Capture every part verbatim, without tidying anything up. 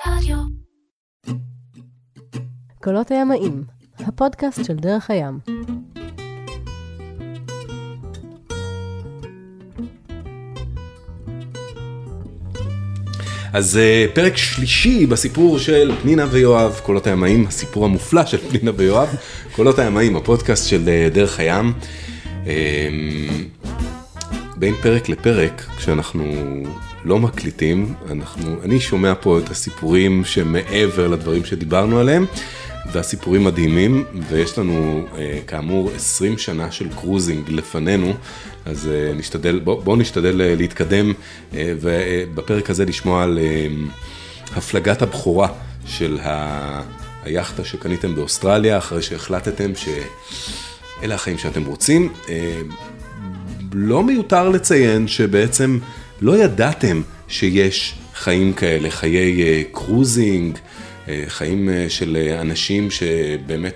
רדיו. קולות הימאים, הפודקאסט של דרך הים. אז פרק שלישי בסיפור של פנינה ויואב, קולות הימאים, הסיפור המופלא של פנינה ויואב, קולות הימאים, הפודקאסט של דרך הים. בין פרק לפרק, כשאנחנו לא מקליטים, אנחנו, אני שומע פה את הסיפורים שמעבר לדברים שדיברנו עליהם, והסיפורים מדהימים, ויש לנו כאמור עשרים שנה של קרוזינג לפנינו, אז נשתדל, בוא, בוא נשתדל להתקדם, ובפרק הזה לשמוע על הפלגת הבכורה של ה... היחטה שקניתם באוסטרליה, אחרי שהחלטתם שאלה החיים שאתם רוצים. לא מיותר לציין שבעצם לא ידעתם שיש חיים כאלה, חיי קרוזינג, חיים של אנשים שבאמת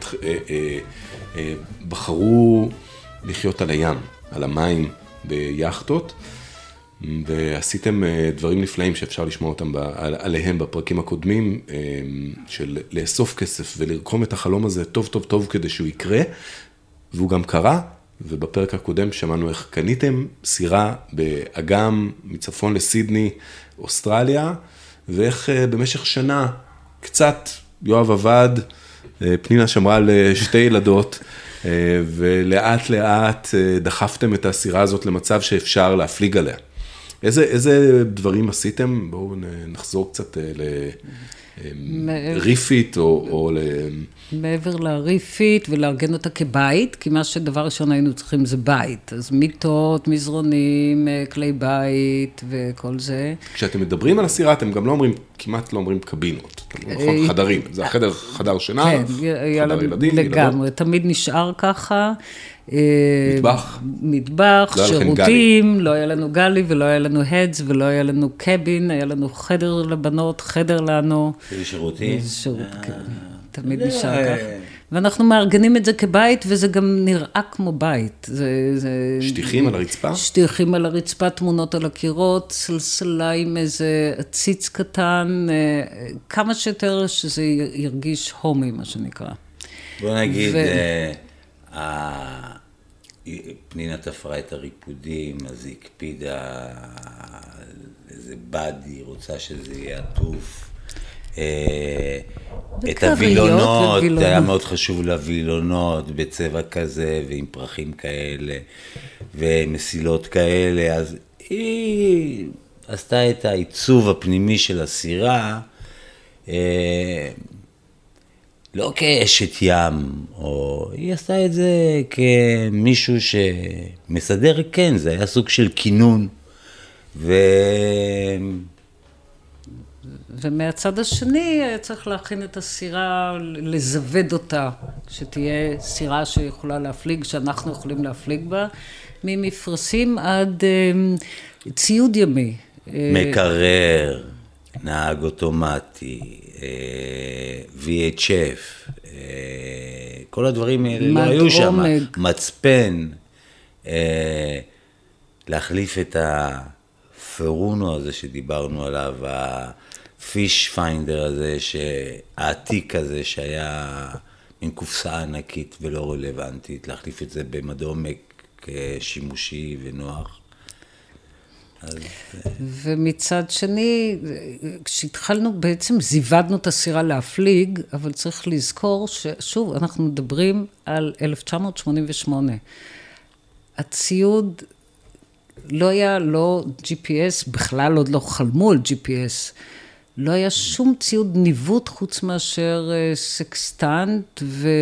בחרו לחיות על הים, על המים ביחטות, ועשיתם דברים נפלאים שאפשר לשמוע אותם עליהם בפרקים הקודמים, של לאסוף כסף ולרקום את החלום הזה טוב טוב טוב כדי שהוא יקרה, והוא גם קרה. ובפרק הקודם שמענו איך קניתם סירה באגם מצפון לסידני, אוסטרליה, ואיך במשך שנה קצת יואב עבד, פנינה שמרה על שתי ילדות, ולאט לאט דחפתם את הסירה הזאת למצב שאפשר להפליג עליה. איזה, איזה דברים עשיתם? בואו נחזור קצת לריפית או, או ל... מעבר לריפית ולארגן אותה כבית, כי מה שדבר ראשון היינו צריכים זה בית. אז מיטות, מזרונים, כלי בית וכל זה. כשאתם מדברים על הסירה, אתם גם לא אומרים, כמעט לא אומרים קבינות. אתם אומרים חדרים. זה החדר, חדר שינה, כן, חדר ילדים. לגמרי, תמיד נשאר ככה. מטבח. מטבח, שירותים, לא היה לנו גלי ולא היה לנו הדס ולא היה לנו קבין, היה לנו חדר לבנות, חדר לנו. שירותים. שירות, כן. תמיד נשאר כך. ואנחנו מארגנים את זה כבית, וזה גם נראה כמו בית. זה, זה... שטיחים על הרצפה? שטיחים על הרצפה, תמונות על הקירות, סלסליים, איזה עציץ קטן, כמה שיותר שזה ירגיש הומי, מה שנקרא. בוא נגיד, ו... פנינה תפרה את הריפודים, אז היא הקפידה איזה בדי, רוצה שזה יהיה עטוף. את הווילונות, זה היה מאוד חשוב לווילונות בצבע כזה ועם פרחים כאלה ומסילות כאלה, אז היא עשתה את העיצוב הפנימי של הסירה, לא כאשת ים, או היא עשתה את זה כמישהו שמסדר, כן, זה היה סוג של כינון, ו... ומהצד השני היה צריך להכין את הסירה, לזווד אותה, שתהיה סירה שיכולה להפליג, שאנחנו יכולים להפליג בה, ממפרשים עד uh, ציוד ימי. מקרר, נהג אוטומטי, uh, וי אייץ' אף, uh, כל הדברים האלה לא היו שם, מצפן, uh, להחליף את הפרונו הזה שדיברנו עליו, הפיש פיינדר הזה, העתיק הזה שהיה מין קופסה ענקית ולא רלוונטית, להחליף את זה במדעומק שימושי ונוח. אז... ומצד שני, כשהתחלנו בעצם זיוודנו את הסירה להפליג, אבל צריך לזכור ששוב, אנחנו מדברים על אלף תשע מאות שמונים ושמונה. הציוד לא היה, לא ג'י פי אס, בכלל עוד לא חלמו על ג'י פי אס, לא היה שום ציוד ניווט חוץ מאשר סקסטנט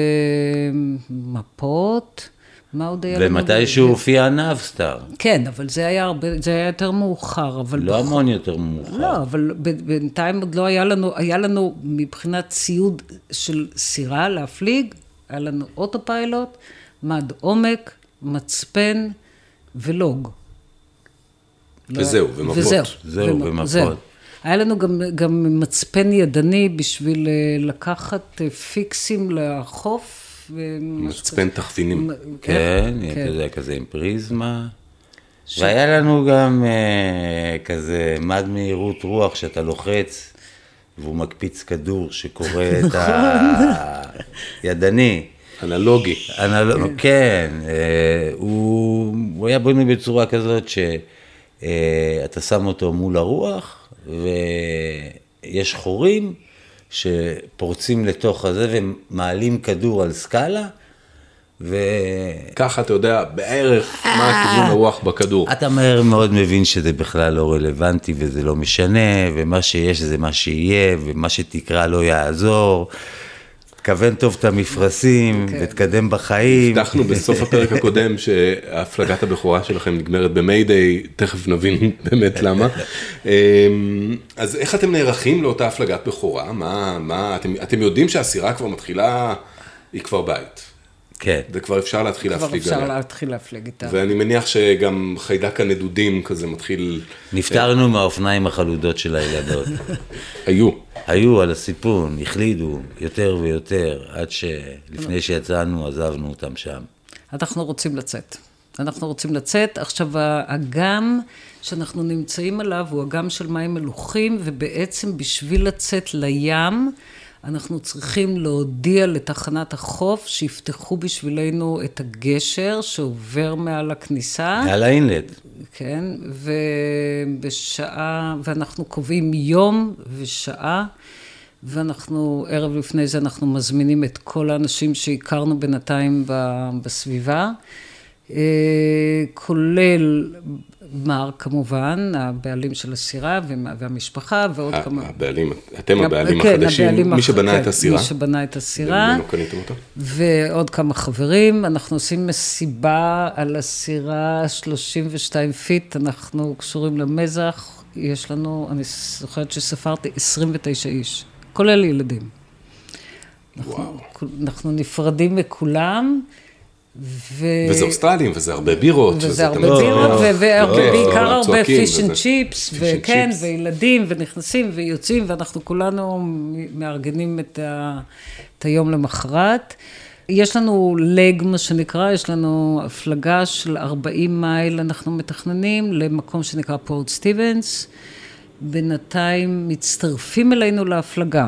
ומפות, מה עוד היה לנו? ומתי שהוא הופיע נאבסטאר. כן, אבל זה היה הרבה, זה היה יותר מאוחר, אבל... לא בח... המון יותר מאוחר. לא, אבל בינתיים עוד לא היה לנו, היה לנו מבחינת ציוד של סירה להפליג, היה לנו אוטופיילוט, מד עומק, מצפן ולוג. וזהו, ומפות. וזהו, זהו, ומפות. זהו. היה לנו גם, גם מצפן ידני בשביל לקחת פיקסים לחוף. מצפן תחתינים. כן, אתה יודע, כזה עם פריזמה. והיה לנו גם כזה מד מהירות רוח שאתה לוחץ והוא מקפיץ כדור שקורא את הידני. אנלוגי. אנלוג, כן, הוא, הוא היה בנוי בצורה כזאת שאתה שם אותו מול הרוח, ויש חורים שפורצים לתוך הזה ומעלים כדור על סקאלה, ו... ככה אתה יודע בערך מה כיוון הרוח בכדור. אתה מהר מאוד מבין שזה בכלל לא רלוונטי וזה לא משנה, ומה שיש זה מה שיהיה, ומה שתקרא לא יעזור. כוון טוב את המפרשים, ותקדם בחיים. הבטחנו בסוף הפרק הקודם שהפלגת הבכורה שלכם נגמרת במיידיי, תכף נבין באמת למה. אז איך אתם נערכים לאותה הפלגת בכורה? מה, מה, אתם, אתם יודעים שהסירה כבר מתחילה, היא כבר בית. כן. וכבר אפשר להתחיל להפליג עליה. כבר אפשר להתחיל להפליג איתה. ואני מניח שגם חיידק הנדודים כזה מתחיל... נפטרנו מהאופניים החלודות של הילדות. היו. היו על הסיפון, החלידו יותר ויותר, עד שלפני שיצאנו עזבנו אותם שם. אנחנו רוצים לצאת. אנחנו רוצים לצאת. עכשיו, האגם שאנחנו נמצאים עליו הוא אגם של מים מלוחים, ובעצם בשביל לצאת לים, אנחנו צריכים להודיע לתחנת החוף שיפתחו בשבילנו את הגשר שעובר מעל הכניסה. מעל האינלט. כן, ובשעה, ואנחנו קובעים יום ושעה, ואנחנו, ערב לפני זה אנחנו מזמינים את כל האנשים שהכרנו בינתיים בסביבה, כולל מר כמובן, הבעלים של הסירה והמשפחה ועוד כמה... הבעלים, אתם הבעלים החדשים, מי שבנה את הסירה. מי שבנה את הסירה. ועוד כמה חברים, אנחנו עושים מסיבה על הסירה שלושים ושתיים פיט, אנחנו קשורים למזח, יש לנו, אני זוכרת שספרתי עשרים ותשע איש, כולל ילדים. אנחנו, אנחנו נפרדים מכולם, ו... וזה אוסטרלים, וזה הרבה בירות. וזה הרבה בירות, ובעיקר הרבה פיש אנד צ'יפס, וכן, וילדים, ונכנסים ויוצאים, ואנחנו כולנו מארגנים את, ה... את היום למחרת. יש לנו לג, מה שנקרא, יש לנו הפלגה של ארבעים מייל, אנחנו מתכננים למקום שנקרא פורט סטיבנס, בינתיים מצטרפים אלינו להפלגה.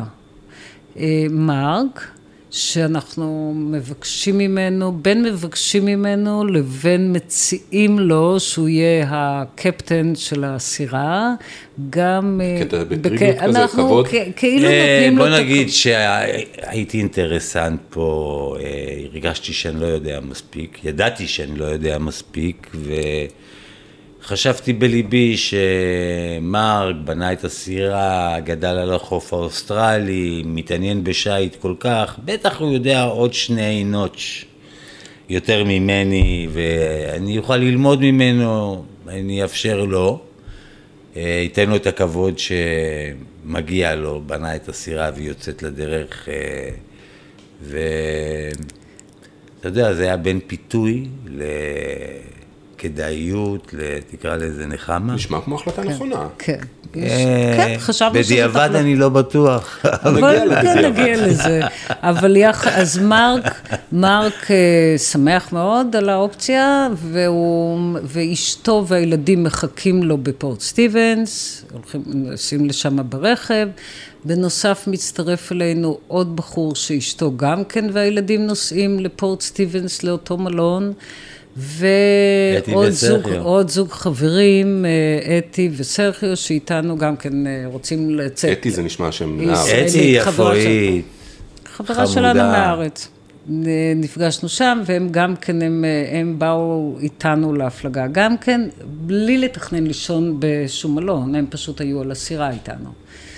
מרק, שאנחנו מבקשים ממנו, בין מבקשים ממנו לבין מציעים לו שהוא יהיה הקפטן של הסירה, גם... קטע בטריבוט כזה, כבוד? כאילו נותנים לו... בוא נגיד שהייתי אינטרסנט פה, הרגשתי שאני לא יודע מספיק, ידעתי שאני לא יודע מספיק, וחשבתי בליבי שמרק בנה את הסירה, גדל על החוף האוסטרלי, מתעניין בשייט כל כך, בטח הוא יודע עוד שני נוטש יותר ממני, ואני אוכל ללמוד ממנו, אני אפשר לו, ייתן לו את הכבוד שמגיע לו, בנה את הסירה והיא יוצאת לדרך, ואתה יודע, זה היה בין פיתוי ל... כדאיות, תקרא לזה נחמה. נשמע כמו החלטה נכונה. כן, כן, חשבנו שזה... בדיעבד אני לא בטוח. אבל כן, נגיע לזה. אבל אז מרק, מרק שמח מאוד על האופציה, ואשתו והילדים מחכים לו בפורט סטיבנס, הולכים, נוסעים לשם ברכב, בנוסף מצטרף אלינו עוד בחור שאשתו גם כן, והילדים נוסעים לפורט סטיבנס לאותו מלון, ועוד זוג, עוד זוג חברים, אתי וסרחיו, שאיתנו גם כן רוצים לצאת. אתי זה נשמע שם נער. אתי יפואית, חברה שלנו מהארץ. נפגשנו שם, והם גם כן, הם, הם באו איתנו להפלגה גם כן, בלי לתכנן לישון בשום מלון, הם פשוט היו על הסירה איתנו.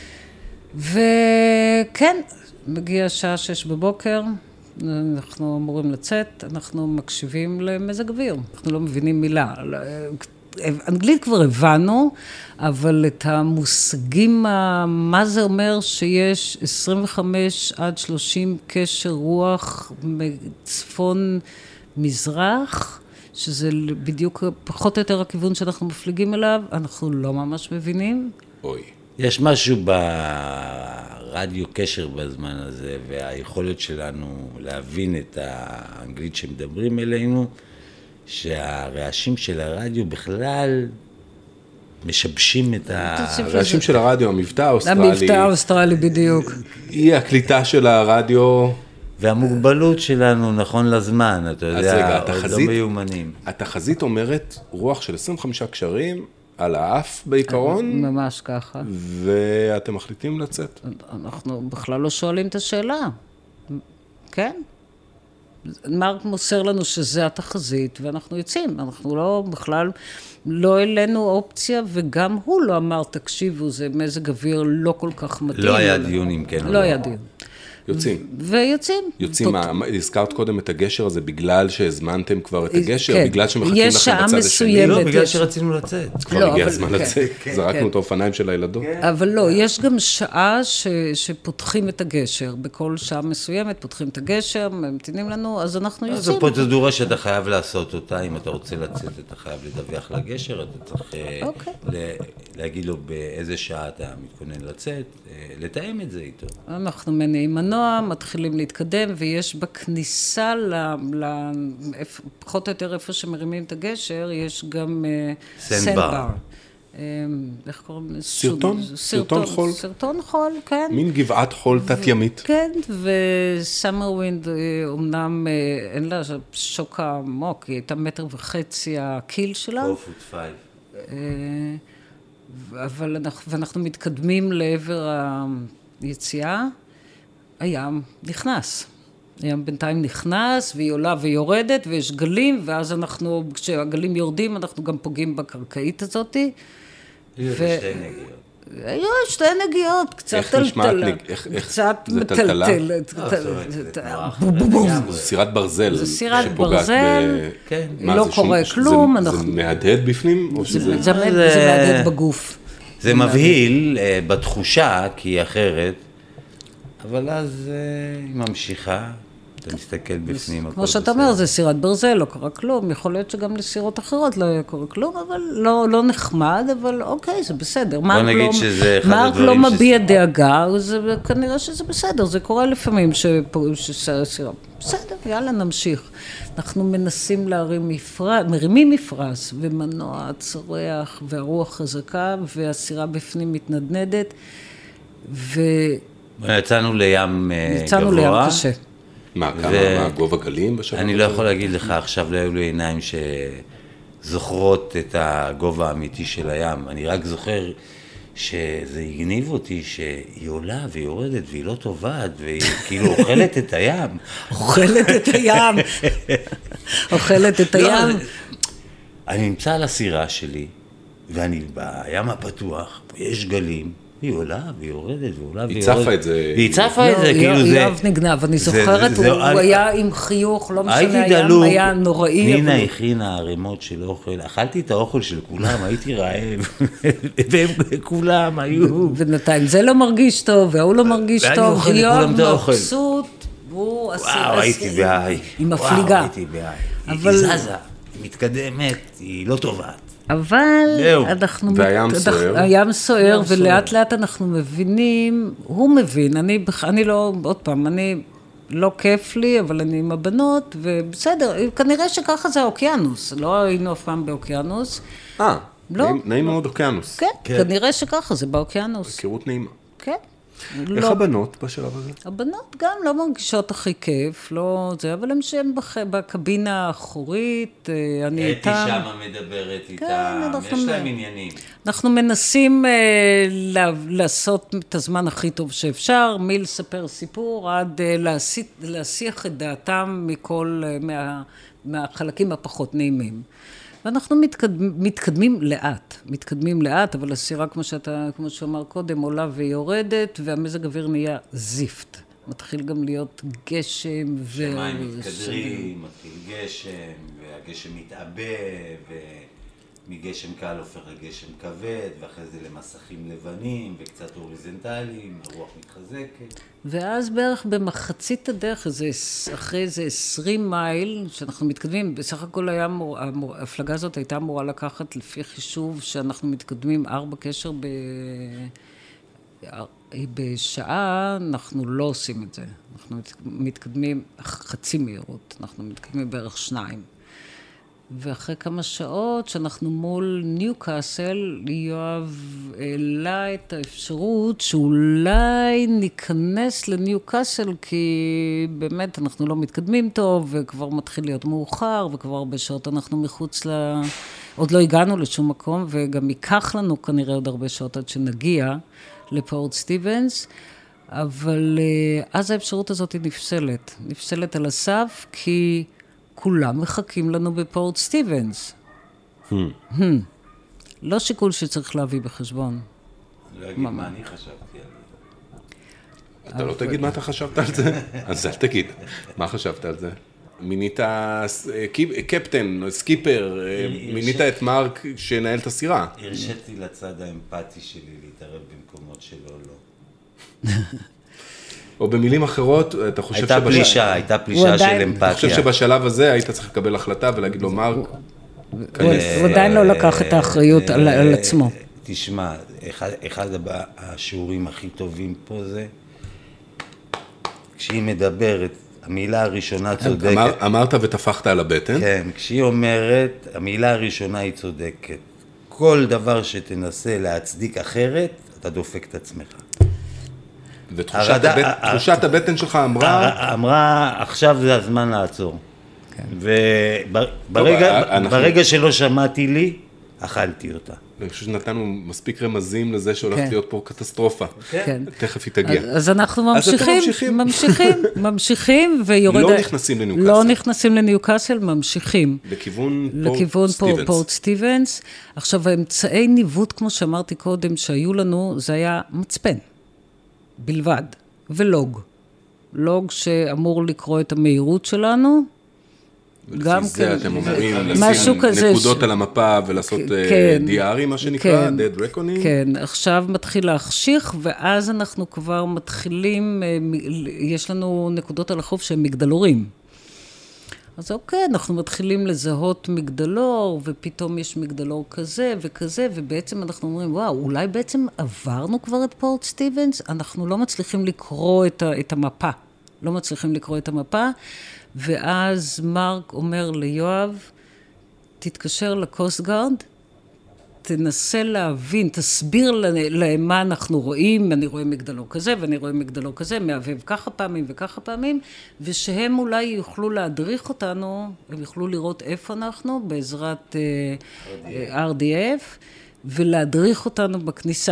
וכן, מגיע שעה שש בבוקר, אנחנו אמורים לצאת, אנחנו מקשיבים למזג אוויר, אנחנו לא מבינים מילה. אנגלית כבר הבנו, אבל את המושגים, מה זה אומר שיש עשרים וחמש עד שלושים קשר רוח מצפון מזרח, שזה בדיוק פחות או יותר הכיוון שאנחנו מפליגים אליו, אנחנו לא ממש מבינים. אוי. יש משהו ברדיו קשר בזמן הזה, והיכולת שלנו להבין את האנגלית שמדברים אלינו, שהרעשים של הרדיו בכלל משבשים את ה... הרעשים של הרדיו, המבטא האוסטרלי. המבטא האוסטרלי בדיוק. היא הקליטה של הרדיו. והמוגבלות שלנו נכון לזמן, אתה יודע, עוד לא מיומנים. התחזית אומרת רוח של עשרים וחמישה קשרים על האף בעיקרון. ממש ככה. ואתם מחליטים לצאת. אנחנו בכלל לא שואלים את השאלה. כן? מרק מוסר לנו שזה התחזית, ואנחנו יוצאים. אנחנו לא, בכלל, לא אלינו אופציה, וגם הוא לא אמר, תקשיבו, זה מזג אוויר לא כל כך מתאים. לא היה דיון אם כן. לא היה דיון. יוצאים. ויוצאים. יוצאים, הזכרת קודם את הגשר הזה, בגלל שהזמנתם כבר את הגשר, בגלל שמחכים לכם בצד השני. לא, בגלל שרצינו לצאת. כבר הגיע הזמן לצאת, זרקנו את האופניים של הילדות. אבל לא, יש גם שעה שפותחים את הגשר, בכל שעה מסוימת פותחים את הגשר, ממתינים לנו, אז אנחנו יוצאים. זו פרוצדורה שאתה חייב לעשות אותה, אם אתה רוצה לצאת, אתה חייב לדווח לגשר, אתה צריך להגיד לו באיזה שעה אתה מתכונן לצאת, לתאם את זה איתו. אנחנו מניעים מנוע, מתחילים להתקדם, ויש בכניסה, ל, ל, פחות או יותר איפה שמרימים את הגשר, יש גם סנדבר. איך קוראים? סרטון? סרטון חול? סרטון חול, כן. מין גבעת חול תת-ימית. כן, וסאמר ווינד, אמנם אין לה שוק עמוק, היא הייתה מטר וחצי הקיל שלה. four foot five. אבל אנחנו, ואנחנו מתקדמים לעבר היציאה, הים נכנס. הים בינתיים נכנס, והיא עולה ויורדת, ויש גלים, ואז אנחנו, כשהגלים יורדים, אנחנו גם פוגעים בקרקעית הזאת. יש שתי נגיעות. היו שתי נגיעות, קצת טלטלה. קצת מטלטלת. זו סירת ברזל. זו סירת ברזל, לא קורה כלום. זה מהדהד בפנים? זה מהדהד בגוף. זה מבהיל בתחושה, כי היא אחרת, אבל אז היא ממשיכה, אתה מסתכל בפנים. כמו שאתה אומר, זה סירת ברזל, לא קרה כלום, יכול להיות שגם לסירות אחרות לא קורה כלום, אבל לא נחמד, אבל אוקיי, זה בסדר. בוא נגיד שזה אחד מרק הדברים לא מביע דאגה, כנראה שזה בסדר, זה קורה לפעמים שסירה, בסדר, יאללה, נמשיך. אנחנו מנסים להרים מפרש, מרימים מפרש, ומנוע צורח, והרוח חזקה, והסירה בפנים מתנדנדת, ו... יצאנו לים גבוה. יצאנו לים קשה. מה, כמה גובה גלים בשבוע? אני לא יכול להגיד לך, עכשיו לא היו לי עיניים שזוכרות את הגובה האמיתי של הים. אני רק זוכר שזה הגניב אותי שהיא עולה והיא יורדת והיא לא טובעת, והיא כאילו אוכלת את הים. אוכלת את הים. אוכלת את הים. אני נמצא על הסירה שלי, ואני בים הפתוח, יש גלים, והיא עולה, והיא יורדת, ועולה, והיא יורדת. היא צפה את זה. והיא צפה את זה, כאילו זה... יואב נגנב, אני זוכרת, הוא היה עם חיוך, לא משנה, הים היה נוראי. נינה הכינה ערימות של אוכל, אכלתי את האוכל של כולם, הייתי רעב, והם כולם היו... בינתיים זה לא מרגיש טוב, והוא לא מרגיש טוב, יואב מבסוט, והוא עשיר... וואו, הייתי בהיי. היא מפליגה. וואו, הייתי בהיי. היא זזה, היא מתקדמת, היא לא טובעת. אבל אנחנו... והים סוער. הים סוער, ולאט לאט אנחנו מבינים, הוא מבין, אני, אני לא, עוד פעם, אני לא כיף לי, אבל אני עם הבנות, ובסדר, כנראה שככה זה האוקיינוס, לא היינו אף פעם באוקיינוס. אה, לא. נעים מאוד אוקיינוס. כן, כנראה שככה זה באוקיינוס. הכירות נעימה. כן. איך הבנות בשלב הזה? הבנות גם לא מרגישות הכי כיף, לא זה, אבל הם שהם בקבינה האחורית, אני איתם. אתי שמה מדברת איתם, יש להם עניינים. אנחנו מנסים לעשות את הזמן הכי טוב שאפשר, מי לספר סיפור, עד להסיח את דעתם מכל, מהחלקים הפחות נעימים. ואנחנו מתקדמים, מתקדמים לאט, מתקדמים לאט, אבל הסירה, כמו שאתה, כמו שאמר קודם, עולה ויורדת, והמזג אוויר נהיה זיפט. מתחיל גם להיות גשם ו... שמים מתקדרים, מתחיל גשם, והגשם מתעבה, ומגשם קל הופך לגשם כבד, ואחרי זה למסכים לבנים, וקצת אוריזנטליים, הרוח מתחזקת. ואז בערך במחצית הדרך, אחרי איזה עשרים מייל, שאנחנו מתקדמים, בסך הכל היה, ההפלגה הזאת הייתה אמורה לקחת לפי חישוב, שאנחנו מתקדמים ארבע קשר ב... בשעה, אנחנו לא עושים את זה. אנחנו מתקדמים חצי מהירות, אנחנו מתקדמים בערך שניים. ואחרי כמה שעות שאנחנו מול ניוקאסל, יואב העלה את האפשרות שאולי ניכנס לניוקאסל, כי באמת אנחנו לא מתקדמים טוב, וכבר מתחיל להיות מאוחר, וכבר הרבה שעות אנחנו מחוץ ל... עוד לא הגענו לשום מקום, וגם ייקח לנו כנראה עוד הרבה שעות עד שנגיע לפורט סטיבנס, אבל אז האפשרות הזאת היא נפסלת. נפסלת על הסף, כי כולם מחכים לנו בפורט סטיבנס. Hmm. Hmm. לא שיקול שצריך להביא בחשבון. לא אגיד מה אני חשבתי על זה. אתה לא תגיד מה אתה חשבת על זה? אז אל תגיד. מה חשבת על זה? מינית קפטן, סקיפר, מינית את מרק שנהל את הסירה. הרשיתי לצד האמפתי שלי להתערב במקומות שלו, לא. או במילים אחרות, אתה חושב הייתה פלישה, הייתה פלישה של אמפתיה. אתה חושב שבשלב הזה היית צריך לקבל החלטה ולהגיד לו, מרק, הוא עדיין לא לקח את האחריות על עצמו. תשמע, אחד השיעורים הכי טובים פה זה, כשהיא מדברת, המילה הראשונה צודקת. אמרת ותפחת על הבטן. כן, כשהיא אומרת, המילה הראשונה היא צודקת. כל דבר שתנסה להצדיק אחרת, אתה דופק את עצמך. ותחושת הבטן שלך אמרה... אמרה, עכשיו זה הזמן לעצור. וברגע שלא שמעתי לי, אכלתי אותה. אני חושב שנתנו מספיק רמזים לזה שהולכת להיות פה קטסטרופה. תכף היא תגיע. אז אנחנו ממשיכים, ממשיכים, ממשיכים, ויורד... לא נכנסים לניוקאסל. לא נכנסים לניוקאסל, ממשיכים. לכיוון פורט סטיבנס. עכשיו, האמצעי ניווט, כמו שאמרתי קודם, שהיו לנו, זה היה מצפן. בלבד, ולוג. לוג שאמור לקרוא את המהירות שלנו. גם זה אתם אומרים, לשים נקודות על המפה ולעשות דיארי, מה שנקרא, dead reckoning. כן, עכשיו מתחיל להחשיך, ואז אנחנו כבר מתחילים, יש לנו נקודות על החוף שהן מגדלורים. אז אוקיי, אנחנו מתחילים לזהות מגדלור, ופתאום יש מגדלור כזה וכזה, ובעצם אנחנו אומרים, וואו, אולי בעצם עברנו כבר את פורט סטיבנס, אנחנו לא מצליחים לקרוא את, ה, את המפה, לא מצליחים לקרוא את המפה, ואז מרק אומר ליואב, תתקשר לקוסט גארד, תנסה להבין, תסביר להם מה אנחנו רואים, אני רואה מגדלור כזה, ואני רואה מגדלור כזה, מעבב ככה פעמים וככה פעמים, ושהם אולי יוכלו להדריך אותנו, הם יוכלו לראות איפה אנחנו, בעזרת אר די אף, ולהדריך אותנו בכניסה.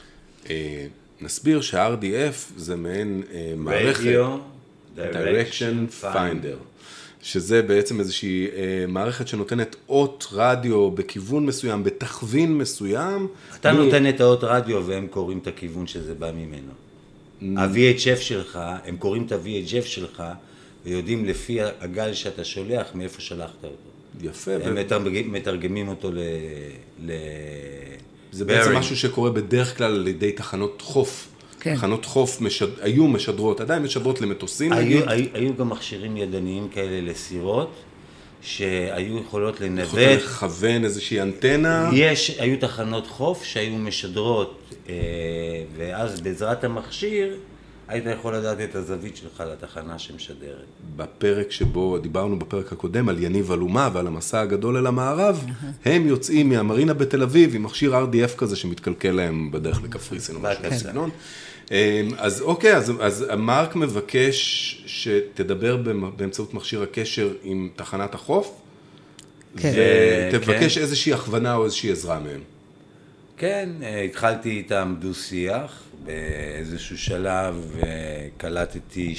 נסביר ש-אר די אף זה מעין מערכת, Direction Finder. שזה בעצם איזושהי אה, מערכת שנותנת אות רדיו בכיוון מסוים, בתכווין מסוים. אתה מ... נותן את האות רדיו והם קוראים את הכיוון שזה בא ממנו. ה-וי אייץ' אף שלך, הם קוראים את ה-וי אייץ' אף שלך, ויודעים לפי הגל שאתה שולח, מאיפה שלחת אותו. יפה. הם ו... מתרג... מתרגמים אותו ל... ל... זה בעצם bearing. משהו שקורה בדרך כלל על ידי תחנות חוף. כן. תחנות חוף משד... היו משדרות, עדיין משדרות למטוסים. היו, היו, היו גם מכשירים ידניים כאלה לסירות, שהיו יכולות לנווט. יכולת לכוון איזושהי אנטנה. יש, היו תחנות חוף שהיו משדרות, ואז בעזרת המכשיר, היית יכול לדעת את הזווית שלך לתחנה שמשדרת. בפרק שבו דיברנו בפרק הקודם על יניב אלומה ועל המסע הגדול אל המערב, הם יוצאים מהמרינה בתל אביב עם מכשיר אר די אף כזה שמתקלקל להם בדרך לקפריסין או משהו בסגנון. אז אוקיי, אז, אז מרק מבקש שתדבר באמצעות מכשיר הקשר עם תחנת החוף, כן. ותבקש כן. איזושהי הכוונה או איזושהי עזרה מהם. כן, התחלתי איתם דו שיח, באיזשהו שלב קלטתי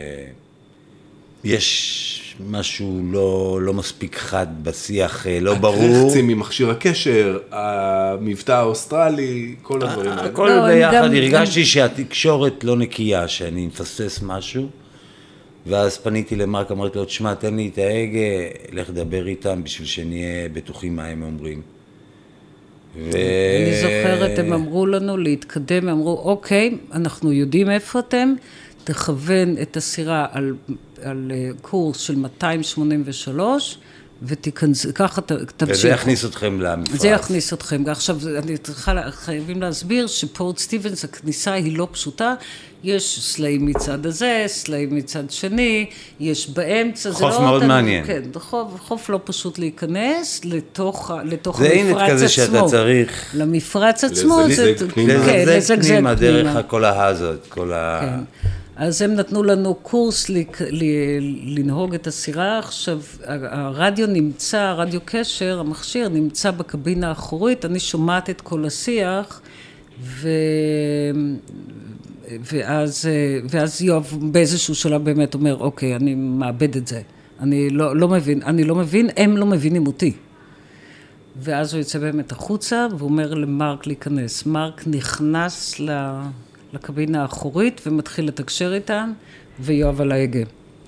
שיש משהו לא, לא מספיק חד בשיח, לא ברור. הקרחצים ממכשיר הקשר, המבטא האוסטרלי, כל הדברים האלה. הכל ביחד, הרגשתי שהתקשורת לא נקייה, שאני מפספס משהו, ואז פניתי למרק, אמרתי לו, תשמע, תן לי את ההגה, לך לדבר איתם בשביל שנהיה בטוחים מה הם אומרים. ו... אני זוכרת, הם אמרו לנו להתקדם, הם אמרו, אוקיי, אנחנו יודעים איפה אתם, תכוון את הסירה על, על קורס של מאתיים שמונים ושלוש, ותיכנס, ככה תמשיכו. וזה יכניס אתכם למפרץ. זה יכניס אתכם. עכשיו, אני צריכה, חייבים להסביר שפורט סטיבנס, הכניסה היא לא פשוטה, יש סלעים מצד הזה, סלעים מצד שני, יש באמצע, חוף לא מאוד מעניין. כן, חוף, חוף לא פשוט להיכנס לתוך, לתוך זה המפרץ עצמו. זה כזה שאתה צריך... למפרץ עצמו, לזגזג פנימה. כן, לזגזג פנימה, דרך כל ההזות, כל ה... כן. אז הם נתנו לנו קורס לנהוג את הסירה. עכשיו, הרדיו נמצא, הרדיו קשר, המכשיר נמצא בקבינה האחורית, אני שומעת את כל השיח, ו... ואז, ואז יואב באיזשהו שלב באמת אומר, אוקיי, אני מאבד את זה. אני לא, לא מבין, אני לא מבין, הם לא מבינים אותי. ואז הוא יוצא באמת החוצה, והוא אומר למרק להיכנס. מרק נכנס ל... לקבינה האחורית ומתחיל לתקשר איתם, ויואב על ההגה.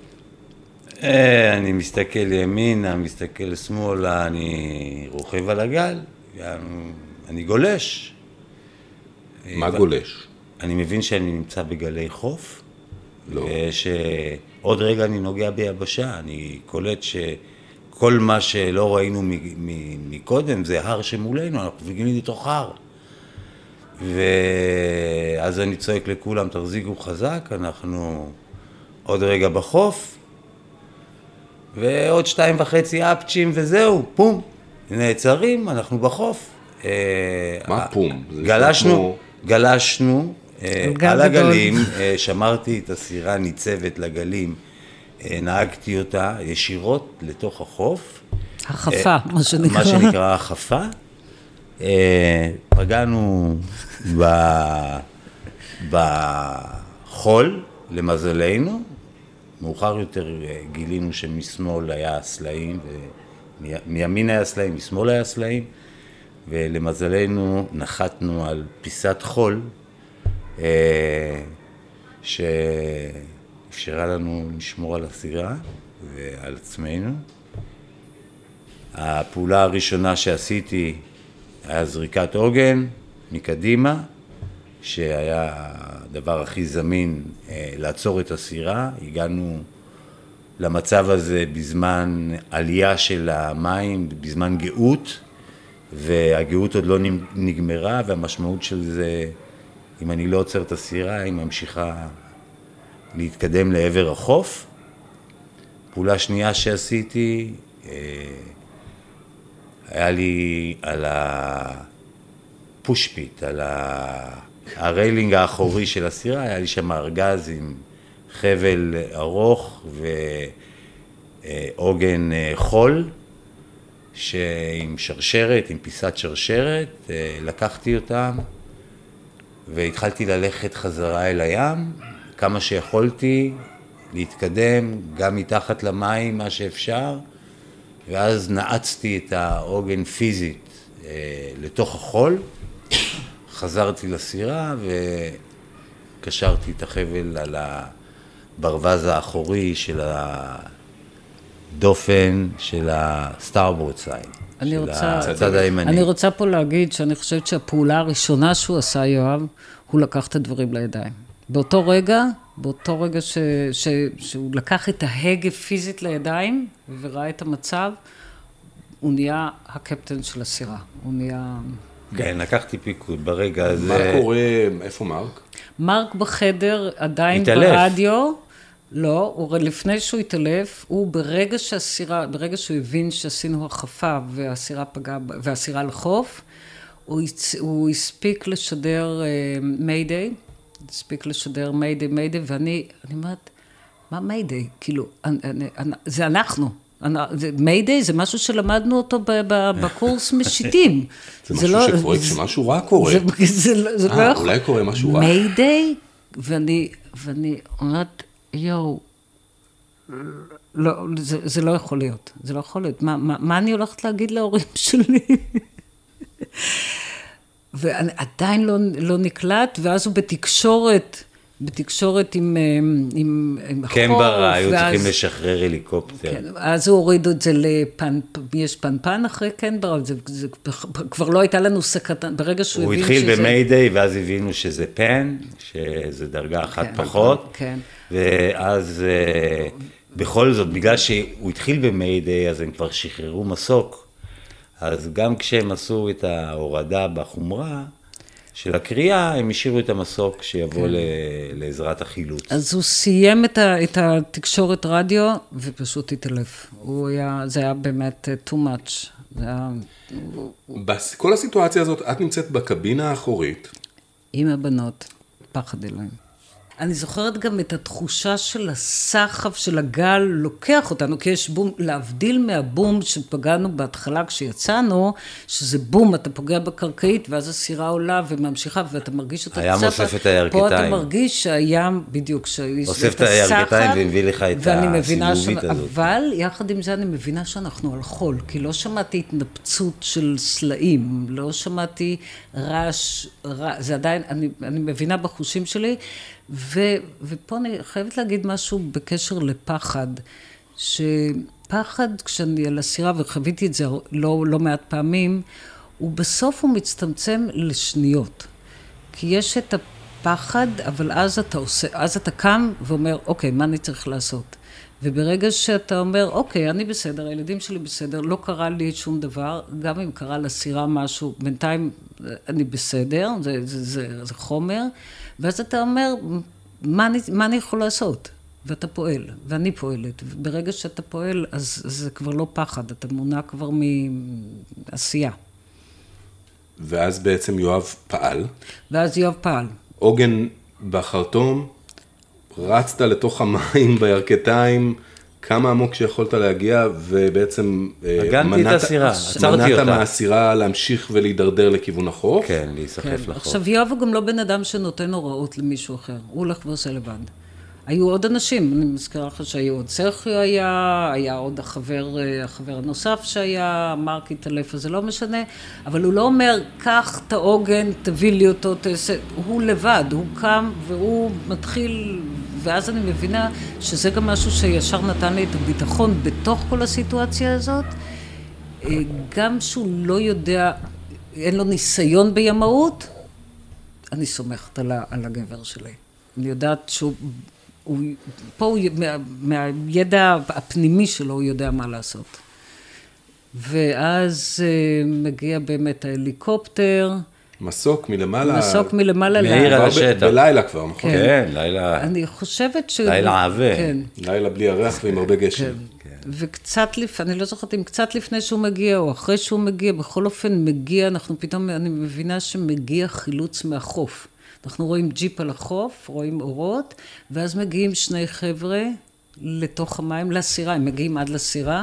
אני מסתכל ימינה, מסתכל שמאלה, אני רוכב על הגל, אני גולש. מה גולש? אני מבין שאני נמצא בגלי חוף, לא. ושעוד רגע אני נוגע ביבשה, אני קולט שכל מה שלא ראינו מקודם זה הר שמולנו, אנחנו מגיעים לתוך הר. ואז אני צועק לכולם, תחזיקו חזק, אנחנו עוד רגע בחוף, ועוד שתיים וחצי אפצ'ים וזהו, פום, נעצרים, אנחנו בחוף. מה פום? גלשנו, גלשנו על הגלים, שמרתי את הסירה ניצבת לגלים, נהגתי אותה ישירות לתוך החוף. החפה, מה שנקרא. מה שנקרא החפה. פגענו בחול, למזלנו, מאוחר יותר גילינו שמשמאל היה סלעים, מימין היה סלעים, משמאל היה סלעים, ולמזלנו נחתנו על פיסת חול, שאפשרה לנו לשמור על הסירה ועל עצמנו. הפעולה הראשונה שעשיתי היה זריקת עוגן מקדימה, שהיה הדבר הכי זמין לעצור את הסירה. הגענו למצב הזה בזמן עלייה של המים, בזמן גאות, והגאות עוד לא נגמרה, והמשמעות של זה, אם אני לא עוצר את הסירה, היא ממשיכה להתקדם לעבר החוף. פעולה שנייה שעשיתי, היה לי על הפושפיט, על הריילינג האחורי של הסירה, היה לי שם ארגז עם חבל ארוך ועוגן חול, שעם שרשרת, עם פיסת שרשרת, לקחתי אותם והתחלתי ללכת חזרה אל הים, כמה שיכולתי להתקדם, גם מתחת למים מה שאפשר, ואז נעצתי את העוגן פיזית אה, לתוך החול, חזרתי לסירה וקשרתי את החבל על הברווז האחורי של הדופן של הסטארבורד סייד, של רוצה, הצד הימני. אני רוצה פה להגיד שאני חושבת שהפעולה הראשונה שהוא עשה, יואב, הוא לקח את הדברים לידיים. באותו רגע, באותו רגע ש, ש, שהוא לקח את ההגה פיזית לידיים וראה את המצב, הוא נהיה הקפטן של הסירה. הוא נהיה... כן, לקחתי פיקוד ברגע הזה. מה קורה, איפה מרק? מרק בחדר עדיין התעלף. ברדיו, לא, הוא, לפני שהוא התעלף, הוא ברגע שהסירה, ברגע שהוא הבין שעשינו החפה והסירה פגעה, והסירה לחוף, הוא, הוא הספיק לשדר מיידיי, הספיק לשדר מיידיי, מיידיי, ואני, אני אומרת, מה מיידיי? כאילו, אני, אני, זה אנחנו. מיידיי זה משהו שלמדנו אותו בקורס משיטים. זה משהו שקורה כשמשהו רע קורה. אולי קורה משהו רע. מיידיי, ואני אומרת, יואו, זה לא יכול להיות, זה לא יכול להיות. מה אני הולכת להגיד להורים שלי? ועדיין לא נקלט, ואז הוא בתקשורת בתקשורת עם, עם, עם החוף. קמברה, היו צריכים לשחרר הליקופטר. כן, אז הורידו את זה לפן, יש פנפן אחרי קמברה, זה, זה כבר לא הייתה לנו סקטן, ברגע שהוא הבין שזה... הוא התחיל במיידיי, ואז הבינו שזה פן, שזה דרגה אחת כן, פחות, כן. ואז בכל זאת, בגלל שהוא התחיל במיידיי, אז הם כבר שחררו מסוק, אז גם כשהם עשו את ההורדה בחומרה, של הקריאה, הם השאירו את המסוק שיבוא כן. לעזרת החילוץ. אז הוא סיים את, ה, את התקשורת רדיו, ופשוט התעלף. הוא היה, זה היה באמת too much. זה היה... בכל הסיטואציה הזאת, את נמצאת בקבינה האחורית. עם הבנות, פחד אלוהים. אני זוכרת גם את התחושה של הסחף של הגל לוקח אותנו, כי יש בום, להבדיל מהבום שפגענו בהתחלה כשיצאנו, שזה בום, אתה פוגע בקרקעית, ואז הסירה עולה וממשיכה, ואתה מרגיש אותה הים אוסף את הירכתיים. פה אתה מרגיש שהים, בדיוק, אוסף את הירכתיים והביא לך את הסיבובית הזאת. אבל יחד עם זה אני מבינה שאנחנו על חול, כי לא שמעתי התנפצות של סלעים, לא שמעתי רעש, רע, זה עדיין, אני, אני מבינה בחושים שלי, ו, ופה אני חייבת להגיד משהו בקשר לפחד, שפחד כשאני על הסירה, וחוויתי את זה לא, לא מעט פעמים, הוא בסוף הוא מצטמצם לשניות. כי יש את הפחד, אבל אז אתה עושה, אז אתה קם ואומר, אוקיי, מה אני צריך לעשות? וברגע שאתה אומר, אוקיי, אני בסדר, הילדים שלי בסדר, לא קרה לי שום דבר, גם אם קרה לסירה משהו, בינתיים אני בסדר, זה, זה, זה, זה חומר, ואז אתה אומר, מה אני, מה אני יכול לעשות? ואתה פועל, ואני פועלת. ברגע שאתה פועל, אז זה כבר לא פחד, אתה מונע כבר מעשייה. ואז בעצם יואב פעל. ואז יואב פעל. עוגן בחרטום, רצת לתוך המים בירכתיים, כמה עמוק שיכולת להגיע, ובעצם הגנתי את הסירה, עצרתי אותה. מנעת מהסירה להמשיך ולהידרדר לכיוון החוף. כן, להיסחף כן. לחוף. עכשיו, יואב הוא גם לא בן אדם שנותן הוראות למישהו אחר, הוא הולך ועושה לבד. היו עוד אנשים, אני מזכירה לך שהיו עוד סרחיו היה, היה עוד החבר, החבר הנוסף שהיה, מרק התעלף, אז זה לא משנה, אבל הוא לא אומר, קח את העוגן, תביא לי אותו, תעשה, הוא לבד, הוא קם והוא מתחיל, ואז אני מבינה שזה גם משהו שישר נתן לי את הביטחון בתוך כל הסיטואציה הזאת, גם שהוא לא יודע, אין לו ניסיון בימאות, אני סומכת על, על הגבר שלי. אני יודעת שהוא... הוא, פה הוא, מה, מהידע הפנימי שלו הוא יודע מה לעשות. ואז uh, מגיע באמת ההליקופטר. מסוק מלמעלה. מסוק מלמעלה. מאיר על השטח. בלילה כבר, נכון? כן, כן, לילה. אני חושבת ש... לילה עבה. כן. לילה בלי הריח ועם הרבה גשם. כן. כן. וקצת לפני, אני לא זוכרת אם קצת לפני שהוא מגיע או אחרי שהוא מגיע, בכל אופן מגיע, אנחנו פתאום, אני מבינה שמגיע חילוץ מהחוף. אנחנו רואים ג'יפ על החוף, רואים אורות, ואז מגיעים שני חבר'ה לתוך המים, לסירה, הם מגיעים עד לסירה,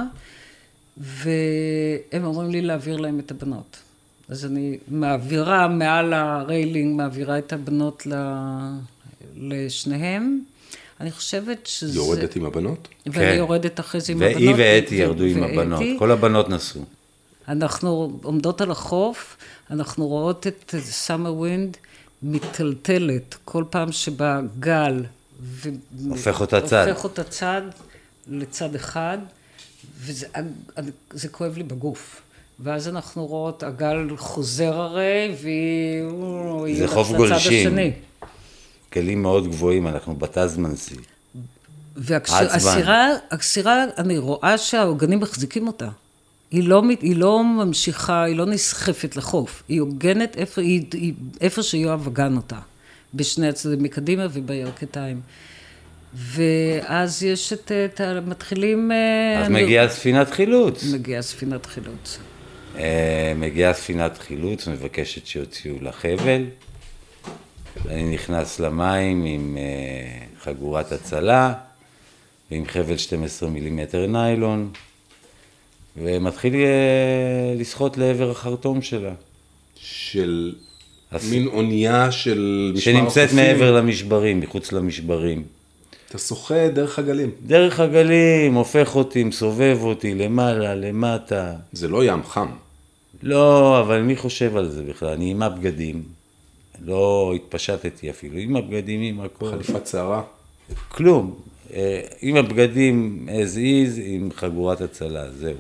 והם אומרים לי להעביר להם את הבנות. אז אני מעבירה מעל הריילינג, מעבירה את הבנות לשניהם. אני חושבת שזה... יורדת עם הבנות? ואני כן. יורדת אחרי זה עם והיא הבנות. והיא ואתי ירדו עם הבנות, כל הבנות נסעו. אנחנו עומדות על החוף, אנחנו רואות את סאמר ווינד, מטלטלת כל פעם שבא גל ו... הופך אותה צד. הופך אותה צד לצד אחד, וזה זה כואב לי בגוף. ואז אנחנו רואות, הגל חוזר הרי, והיא... זה חוף גולשים. כלים מאוד גבוהים, אנחנו בתזמנסי. והסירה, הסירה, אני רואה שהעוגנים מחזיקים אותה. היא לא, היא לא ממשיכה, היא לא נסחפת לחוף, היא עוגנת איפה, היא, היא, איפה שיואב הגן אותה, בשני הצדדים מקדימה ובירכתיים. ואז יש את, את המתחילים... אז אני... מגיעה ספינת חילוץ. מגיעה ספינת חילוץ. מגיעה ספינת חילוץ, מבקשת שיוציאו לחבל. אני נכנס למים עם חגורת הצלה, ועם חבל שנים עשר מילימטר ניילון. ומתחיל לשחות לעבר החרטום שלה. של הס... מין אונייה של משמר שנמצאת החופים. מעבר למשברים, מחוץ למשברים. אתה שוחה דרך הגלים. דרך הגלים, הופך אותי, מסובב אותי, למעלה, למטה. זה לא ים חם. לא, אבל מי חושב על זה בכלל? אני עם הבגדים. לא התפשטתי אפילו, עם הבגדים, עם הכל. חליפת שערה? כלום. עם הבגדים as is, עם חגורת הצלה, זהו.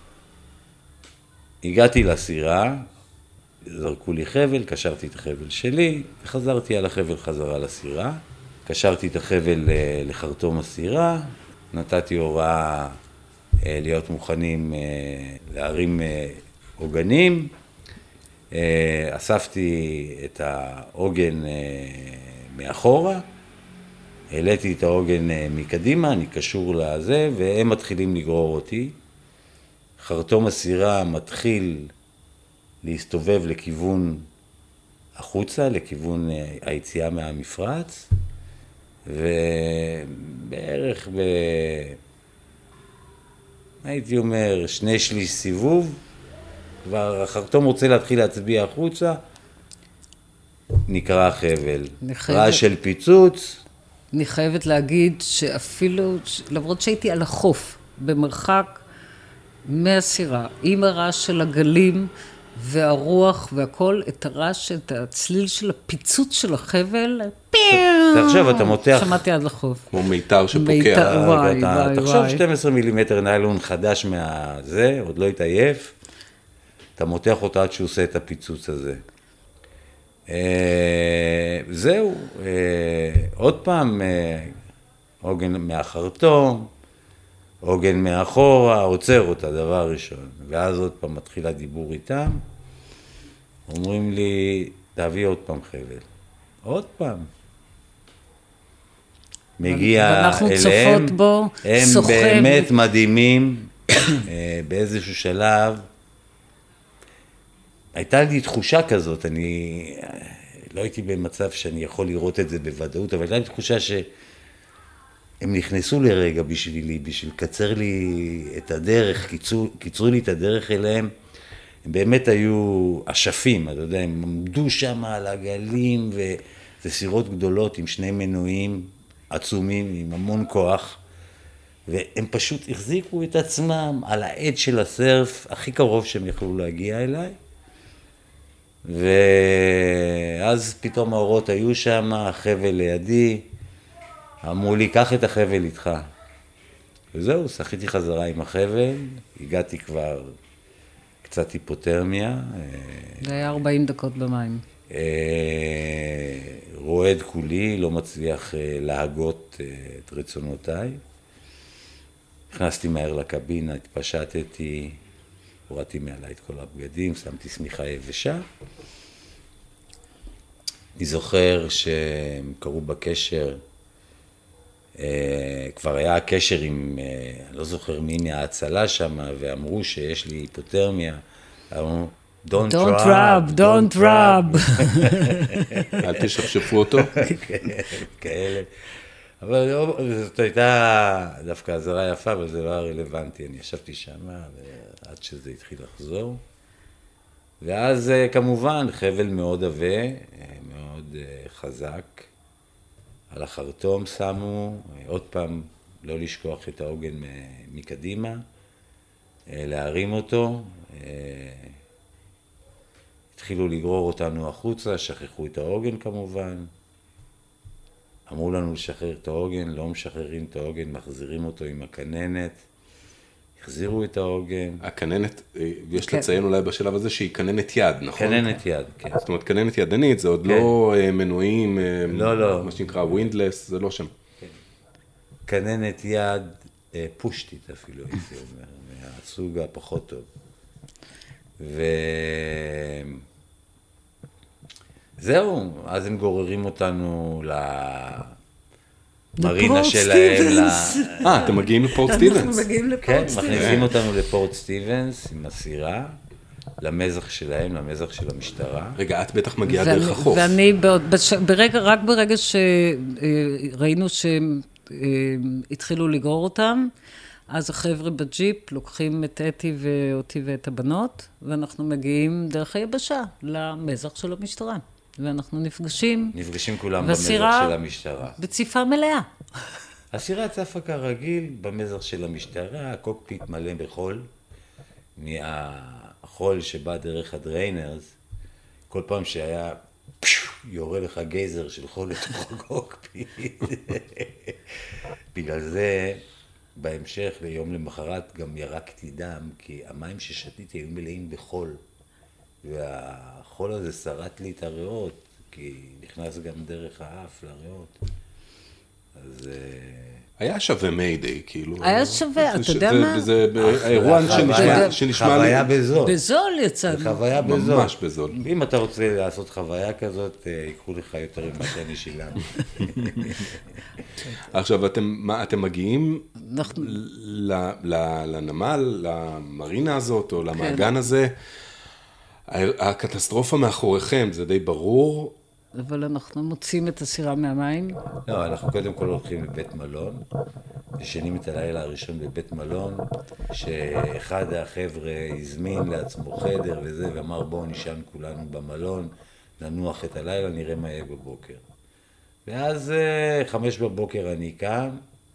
הגעתי לסירה, זרקו לי חבל, קשרתי את החבל שלי, וחזרתי על החבל חזרה לסירה. קשרתי את החבל לחרטום הסירה, נתתי הוראה להיות מוכנים להרים עוגנים, אספתי את העוגן מאחורה, העליתי את העוגן מקדימה, אני קשור לזה, והם מתחילים לגרור אותי. חרטום הסירה מתחיל להסתובב לכיוון החוצה, לכיוון היציאה מהמפרץ, ובערך ב... הייתי אומר, שני שליש סיבוב, כבר החרטום רוצה להתחיל להצביע החוצה, נקרא החבל. רעש של פיצוץ. אני חייבת להגיד שאפילו, למרות שהייתי על החוף, במרחק מהסירה, עם הרעש של הגלים והרוח והכל, את הרעש, את הצליל של הפיצוץ של החבל, עכשיו אתה מותח... שמעתי עד לחוף. כמו מיתר שפוקע. וואי, וואי, תחשוב שתים עשרה מילימטר ניילון חדש מהזה, עוד לא התעייף, אתה מותח אותה עד שהוא עושה את הפיצוץ הזה. זהו, עוד פעם, עוגן מהחרטום, עוגן מאחורה, עוצר אותה, דבר ראשון. ואז עוד פעם מתחיל הדיבור איתם, אומרים לי, תביא עוד פעם חבל. עוד פעם. מגיע אליהם, בו, הם סוחב. באמת מדהימים, באיזשהו שלב, הייתה לי תחושה כזאת, אני לא הייתי במצב שאני יכול לראות את זה בוודאות, אבל הייתה לי תחושה שהם נכנסו לרגע בשבילי, בשביל לקצר לי את הדרך, קיצרו, קיצרו לי את הדרך אליהם, הם באמת היו אשפים, אתה יודע, הם עמדו שם על הגלים, וזה סירות גדולות עם שני מנועים עצומים, עם המון כוח, והם פשוט החזיקו את עצמם על העד של הסרף, הכי קרוב שהם יכלו להגיע אליי, ואז פתאום האורות היו שם, החבל לידי, אמרו לי, קח את החבל איתך. וזהו, שחיתי חזרה עם החבל, הגעתי כבר קצת היפותרמיה. זה היה ארבעים דקות במים. רועד כולי, לא מצליח להגות את רצונותיי. נכנסתי מהר לקבינה, התפשטתי, הורדתי מעלי את כל הבגדים, שמתי שמיכה יבשה. אני זוכר שהם קראו בקשר, כבר היה קשר עם, אני לא זוכר מי מההצלה שם, ואמרו שיש לי היפותרמיה, אמרו, don't, don't rub, rub, don't rub. אל תשפשפו אותו. כאלה. אבל זאת הייתה דווקא עזרה יפה, אבל זה לא היה רלוונטי. אני ישבתי שם עד שזה התחיל לחזור. ואז כמובן חבל מאוד עבה, מאוד חזק. על החרטום שמו, עוד פעם לא לשכוח את העוגן מקדימה, להרים אותו. התחילו לגרור אותנו החוצה, שכחו את העוגן כמובן. אמרו לנו לשחרר את העוגן, לא משחררים את העוגן, מחזירים אותו עם הכננת. החזירו את העוגן. הכננת, יש לציין אולי בשלב הזה שהיא כננת יד, נכון? כננת יד, כן. זאת אומרת, כננת ידנית, זה עוד לא מנועים, לא, לא. מה שנקרא ווינדלס, זה לא שם. כננת יד פושטית אפילו, הייתי אומר, מהסוג הפחות טוב. וזהו, אז הם גוררים אותנו למרינה שלהם. אה, אתם מגיעים לפורט סטיבנס? אנחנו מגיעים לפורט כן, סטיבנס. מכניסים אותנו לפורט סטיבנס עם הסירה, למזח שלהם, למזח של המשטרה. רגע, את בטח מגיעה דרך החוף. ואני, ברגע, רק ברגע שראינו שהם התחילו לגרור אותם, אז החבר'ה בג'יפ לוקחים את אתי ואותי ואת הבנות, ואנחנו מגיעים דרך היבשה למזח של המשטרה. ואנחנו נפגשים. נפגשים כולם במזח של המשטרה. בציפה מלאה. הסירה צפה כרגיל במזח של המשטרה, הקוקפיט מלא בחול. מהחול שבא דרך הדריינרס, כל פעם שהיה יורה לך גייזר של חול לתוך הקוקפיט. בגלל זה, בהמשך, ליום למחרת, גם ירקתי דם, כי המים ששתיתי היו מלאים בחול. והחול הזה שרט לי את הריאות, כי נכנס גם דרך האף לריאות. אז... היה שווה מיידי, כאילו. היה שווה, אתה יודע מה? זה האירוע שנשמע לי... חוויה בזול. בזול יצאנו. חוויה בזול. ממש בזול. אם אתה רוצה לעשות חוויה כזאת, ייקחו לך יותר ממה שאני שילם. עכשיו, אתם מגיעים לנמל, למרינה הזאת, או למעגן הזה, הקטסטרופה מאחוריכם, זה די ברור. אבל אנחנו מוצאים את הסירה מהמים. לא, אנחנו קודם כל הולכים לבית מלון, ישנים את הלילה הראשון בבית מלון, שאחד החבר'ה הזמין לעצמו חדר וזה, ואמר בואו נשען כולנו במלון, ננוח את הלילה, נראה מה יהיה בבוקר. ואז חמש בבוקר אני קם,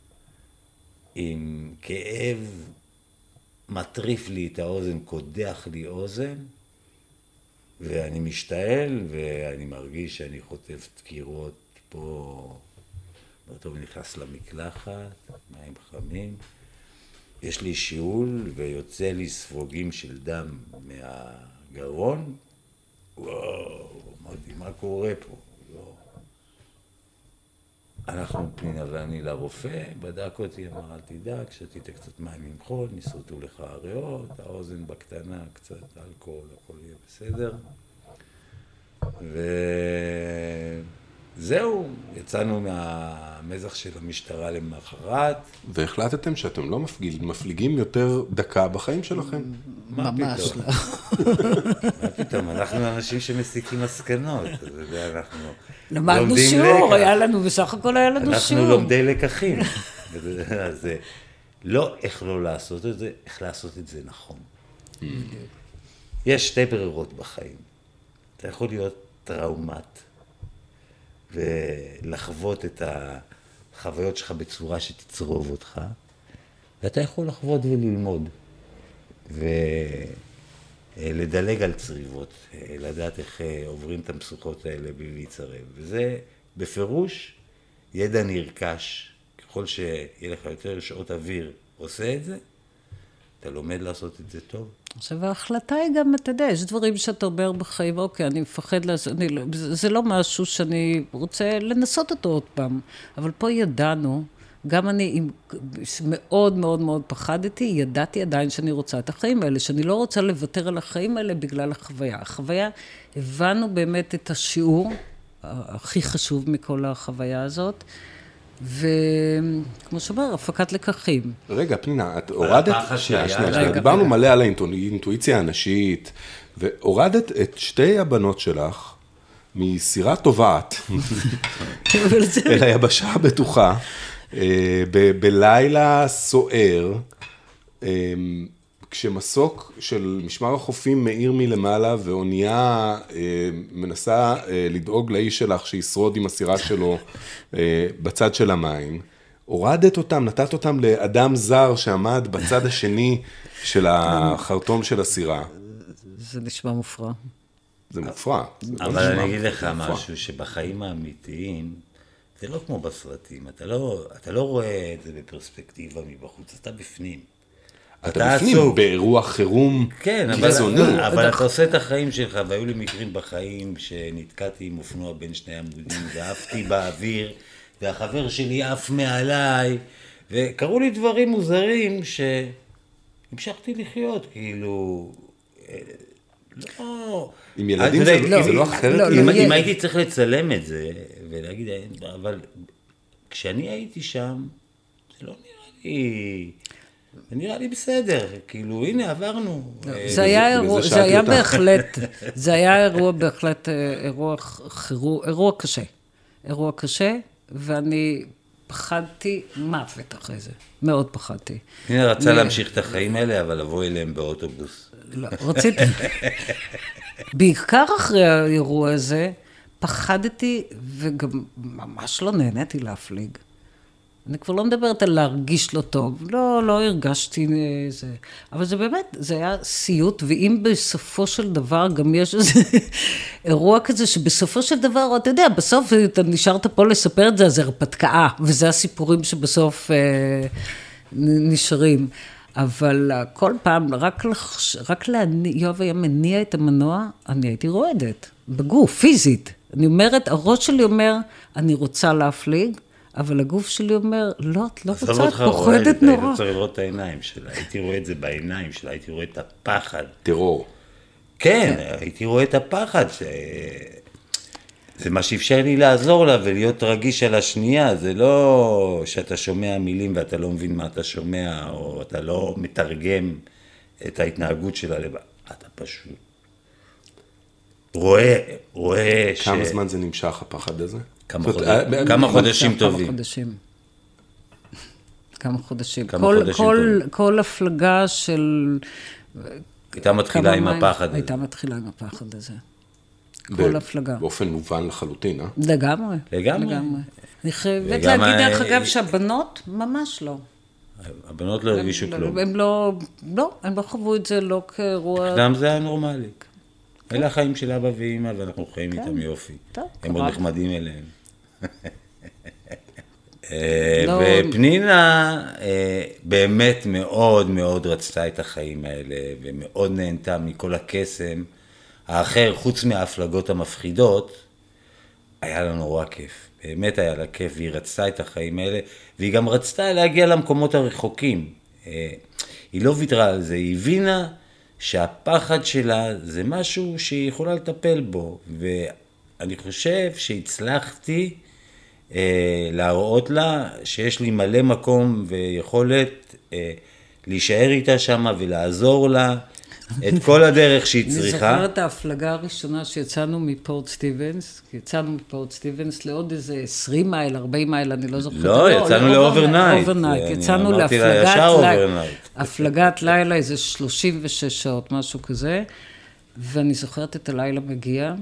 עם כאב מטריף לי את האוזן, קודח לי אוזן, ואני משתעל, ואני מרגיש שאני חוטף דקירות פה, טוב, נכנס למקלחת, מים חמים, יש לי שיעול ויוצא לי ספוגים של דם מהגרון, וואו, אמרתי, מה קורה פה? לא. אנחנו פנינה ואני לרופא, בדק אותי, אמר, אל תדאג, שתית קצת מים עם חול, נשרטו לך הריאות, האוזן בקטנה, קצת אלכוהול, הכל יהיה בסדר. וזהו, יצאנו מהמזח של המשטרה למחרת. והחלטתם שאתם לא מפליגים יותר דקה בחיים שלכם? ממש לא. מה פתאום, אנחנו אנשים שמסיקים מסקנות, אתה יודע, אנחנו... למדנו שיעור, היה לנו, בסך הכל היה לנו שיעור. אנחנו לומדי לקחים. אז לא איך לא לעשות את זה, איך לעשות את זה נכון. יש שתי ברירות בחיים. אתה יכול להיות טראומט, ולחוות את החוויות שלך בצורה שתצרוב אותך, ואתה יכול לחוות וללמוד, ולדלג על צריבות, לדעת איך עוברים את המשוכות האלה בלי להיצרב. וזה בפירוש ידע נרכש. ככל שיהיה לך יותר שעות אוויר עושה את זה, אתה לומד לעשות את זה טוב. עכשיו, ההחלטה היא גם, אתה יודע, יש דברים שאתה אומר בחיים, אוקיי, אני מפחד לעשות, אני, זה לא משהו שאני רוצה לנסות אותו עוד פעם, אבל פה ידענו, גם אני מאוד מאוד מאוד פחדתי, ידעתי עדיין שאני רוצה את החיים האלה, שאני לא רוצה לוותר על החיים האלה בגלל החוויה. החוויה, הבנו באמת את השיעור, הכי חשוב מכל החוויה הזאת, וכמו שאומר, הפקת לקחים. רגע, פנינה, את הורדת... שנייה, שנייה, דיברנו מלא על האינטואיציה הנשית, והורדת את שתי הבנות שלך מסירה טובעת, אל היבשה הבטוחה, בלילה סוער, כשמסוק של משמר החופים מאיר מלמעלה, ואונייה מנסה לדאוג לאיש שלך שישרוד עם הסירה שלו בצד של המים, הורדת אותם, נתת אותם לאדם זר שעמד בצד השני של החרטום של הסירה. זה נשמע מופרע. זה מופרע. אבל אני אגיד לך משהו, שבחיים האמיתיים, זה לא כמו בסרטים, אתה לא, אתה לא רואה את זה בפרספקטיבה מבחוץ, אתה בפנים. אתה בפנים באירוע חירום קיצוני. אבל, אבל אתה עושה את החיים שלך, והיו לי מקרים בחיים שנתקעתי עם אופנוע בין שני עמודים, ועפתי באוויר, והחבר שלי עף מעליי, וקראו לי דברים מוזרים שהמשכתי לחיות, כאילו... לא... עם ילדים זה לא, זה לא אחרת. אם, אם הייתי צריך לצלם את זה, ולהגיד, אבל כשאני הייתי שם, זה לא נראה לי... זה נראה לי בסדר, כאילו, הנה, עברנו. זה היה אירוע, זה היה בהחלט, זה היה אירוע בהחלט, אירוע חירום, אירוע קשה. אירוע קשה, ואני פחדתי מוות אחרי זה. מאוד פחדתי. הנה, רצה להמשיך את החיים האלה, אבל לבוא אליהם באוטובוס. לא, רציתי. בעיקר אחרי האירוע הזה, פחדתי, וגם ממש לא נהניתי להפליג. אני כבר לא מדברת על להרגיש לא טוב, לא, לא הרגשתי זה, אבל זה באמת, זה היה סיוט, ואם בסופו של דבר גם יש איזה אירוע כזה, שבסופו של דבר, אתה יודע, בסוף אתה נשארת פה לספר את זה, אז זה הרפתקה, וזה הסיפורים שבסוף אה, נשארים. אבל כל פעם, רק, לחש... רק להניע, יואב היה מניע את המנוע, אני הייתי רועדת, בגוף, פיזית. אני אומרת, הראש שלי אומר, אני רוצה להפליג, אבל הגוף שלי אומר, לא, את לא רוצה, את פוחדת נורא. הייתי רוצה לראות את העיניים שלה, הייתי רואה את זה בעיניים שלה, הייתי רואה את הפחד. טרור. כן, הייתי רואה את הפחד, ש... זה מה שאפשר לי לעזור לה ולהיות רגיש על השנייה, זה לא שאתה שומע מילים ואתה לא מבין מה אתה שומע, או אתה לא מתרגם את ההתנהגות שלה לבד, אתה פשוט רואה, רואה ש... כמה זמן זה נמשך הפחד הזה? כמה, חוד... כמה חודשים טובים. כמה חודשים. כמה חודשים. כמה כל, חודשים כל, טובים. כל הפלגה של... הייתה מתחילה עם מים, הפחד הזה. הייתה מתחילה עם הפחד הזה. כל הפלגה. באופן מובן לחלוטין, אה? לגמרי. לגמרי. לגמרי. אני חייבת וגם להגיד ה- דרך אגב שהבנות ממש לא. הבנות לא הרגישו כלום. הם לא, לא, הם לא חבו את זה לא כאירוע... אדם זה היה נורמלי. אלה החיים של אבא ואמא, ואנחנו חיים איתם יופי. טוב, הם קרה. עוד נחמדים אליהם. אה, לא. ופנינה אה, באמת מאוד מאוד רצתה את החיים האלה, ומאוד נהנתה מכל הקסם. האחר, חוץ מההפלגות המפחידות, היה לה נורא כיף. באמת היה לה כיף, והיא רצתה את החיים האלה, והיא גם רצתה להגיע למקומות הרחוקים. אה, היא לא ויתרה על זה, היא הבינה שהפחד שלה זה משהו שהיא יכולה לטפל בו, ואני חושב שהצלחתי אה, להראות לה שיש לי מלא מקום ויכולת אה, להישאר איתה שמה ולעזור לה את כל הדרך שהיא אני צריכה. זוכרת את ההפלגה הראשונה שיצאנו מפורט סטיבנס, יצאנו מפורט סטיבנס לעוד איזה עשרים מייל, ארבעים מייל, אני לא זוכרת. לא, יצאנו לאוברנייט. אוברנייט, יצאנו אמרתי לה, להפלגת ישר לילה, אוברנייט. הפלגת לילה איזה שלושים ושש שעות, משהו כזה, ואני זוכרת את הלילה מגיע,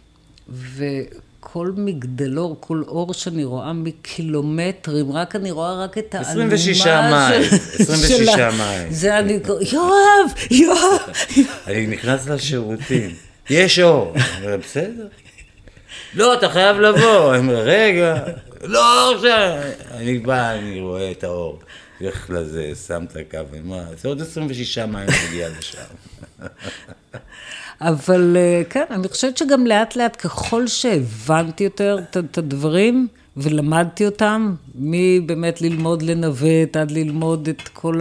וכל מגדלור, כל אור שאני רואה מקילומטרים, רק אני רואה רק את האלומה עשרים ושישה מייל, עשרים ושישה מייל. זה אני, יואב, יואב, אני נכנס לשירותים, יש אור. אני אומר, בסדר. לא, אתה חייב לבוא. אני אומר, רגע, לא עכשיו. אני בא, אני רואה את האור. הולך לזה, שם את הקו, אני אומר, זה עוד עשרים ושישה מייל מגיע לשם. אבל כן, אני חושבת שגם לאט לאט, ככל שהבנתי יותר את הדברים, ולמדתי אותם, מבאמת ללמוד לנווט, עד ללמוד את כל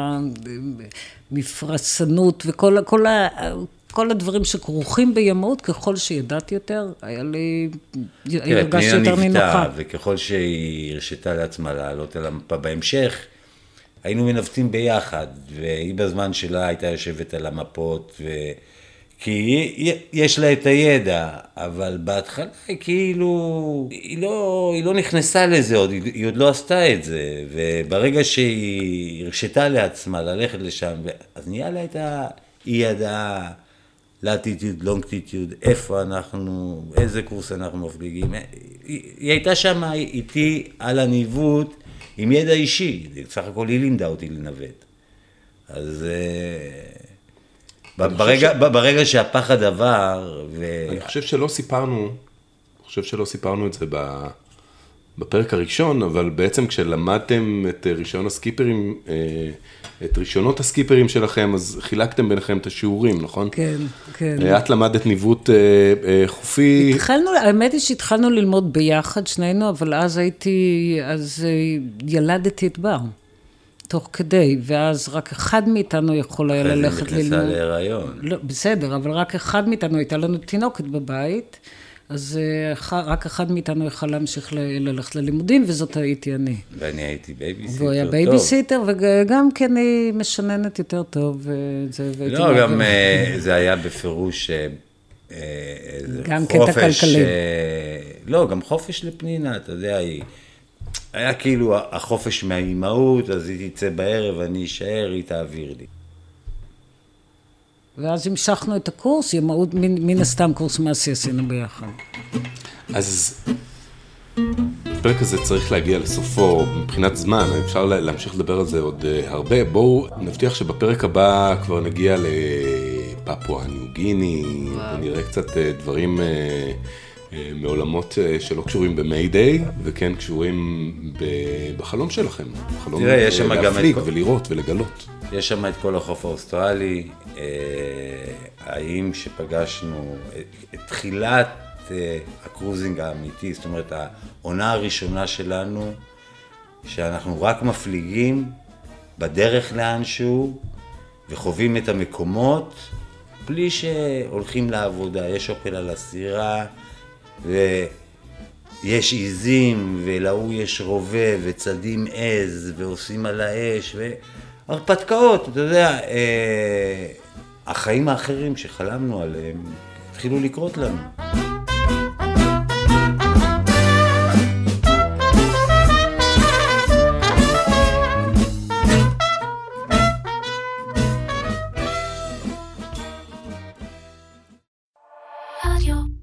המפרסנות, וכל כל ה... כל הדברים שכרוכים בימות, ככל שידעתי יותר, היה לי, הרגשתי יותר נינוחה. וככל שהיא הרשתה לעצמה לעלות על המפה בהמשך, היינו מנווטים ביחד, והיא בזמן שלה הייתה יושבת על המפות, ו... כי יש לה את הידע, אבל בהתחלה היא כאילו, היא לא, היא לא נכנסה לזה עוד, היא עוד לא עשתה את זה, וברגע שהיא הרשתה לעצמה ללכת לשם, אז נהיה לה את ה... היא ידעה לטיטיוד, לונגטיטיוד, איפה אנחנו, איזה קורס אנחנו מפליגים, היא, היא הייתה שם איתי על הניווט עם ידע אישי, סך הכל היא לימדה אותי לנווט. אז ברגע, ש... ברגע שהפחד עבר, ו... אני חושב שלא סיפרנו, אני חושב שלא סיפרנו את זה בפרק הראשון, אבל בעצם כשלמדתם את רישיון הסקיפרים, את רישיונות הסקיפרים שלכם, אז חילקתם ביניכם את השיעורים, נכון? כן, כן. את למדת ניווט חופי. התחלנו, האמת היא שהתחלנו ללמוד ביחד שנינו, אבל אז הייתי, אז ילדתי את בר. תוך כדי, ואז רק אחד מאיתנו יכול היה ללכת ללמוד. אחרי זה נכנסה להיריון. לא, בסדר, אבל רק אחד מאיתנו, הייתה לנו תינוקת בבית, אז רק אחד מאיתנו יכול להמשיך ללכת ללימודים, וזאת הייתי אני. ואני הייתי בייביסיטר טוב. והוא היה בייביסיטר, וגם כן היא משננת יותר טוב. לא, גם זה היה בפירוש גם קטע כלכלי. לא, גם חופש לפנינה, אתה יודע, היא... היה כאילו החופש מהאימהות, אז היא תצא בערב, אני אשאר, היא תעביר לי. ואז המשכנו את הקורס, אימהות, מן הסתם קורס מעשי עשינו ביחד. אז הפרק הזה צריך להגיע לסופו מבחינת זמן, אפשר להמשיך לדבר על זה עוד הרבה. בואו נבטיח שבפרק הבא כבר נגיע לפפואה ניו גיני, ונראה קצת דברים מעולמות שלא קשורים במיידיי, וכן קשורים בחלום שלכם. חלום להפליג ולראות ולגלות. יש שם את כל החוף האוסטרלי, האם שפגשנו את תחילת הקרוזינג האמיתי, זאת אומרת העונה הראשונה שלנו, שאנחנו רק מפליגים בדרך לאנשהו וחווים את המקומות בלי שהולכים לעבודה. יש אוכל על הסירה ויש עיזים ולהוא יש רובה וצדים עז ועושים על האש והרפתקאות, אתה יודע, החיים האחרים שחלמנו עליהם התחילו לקרות לנו. רדיו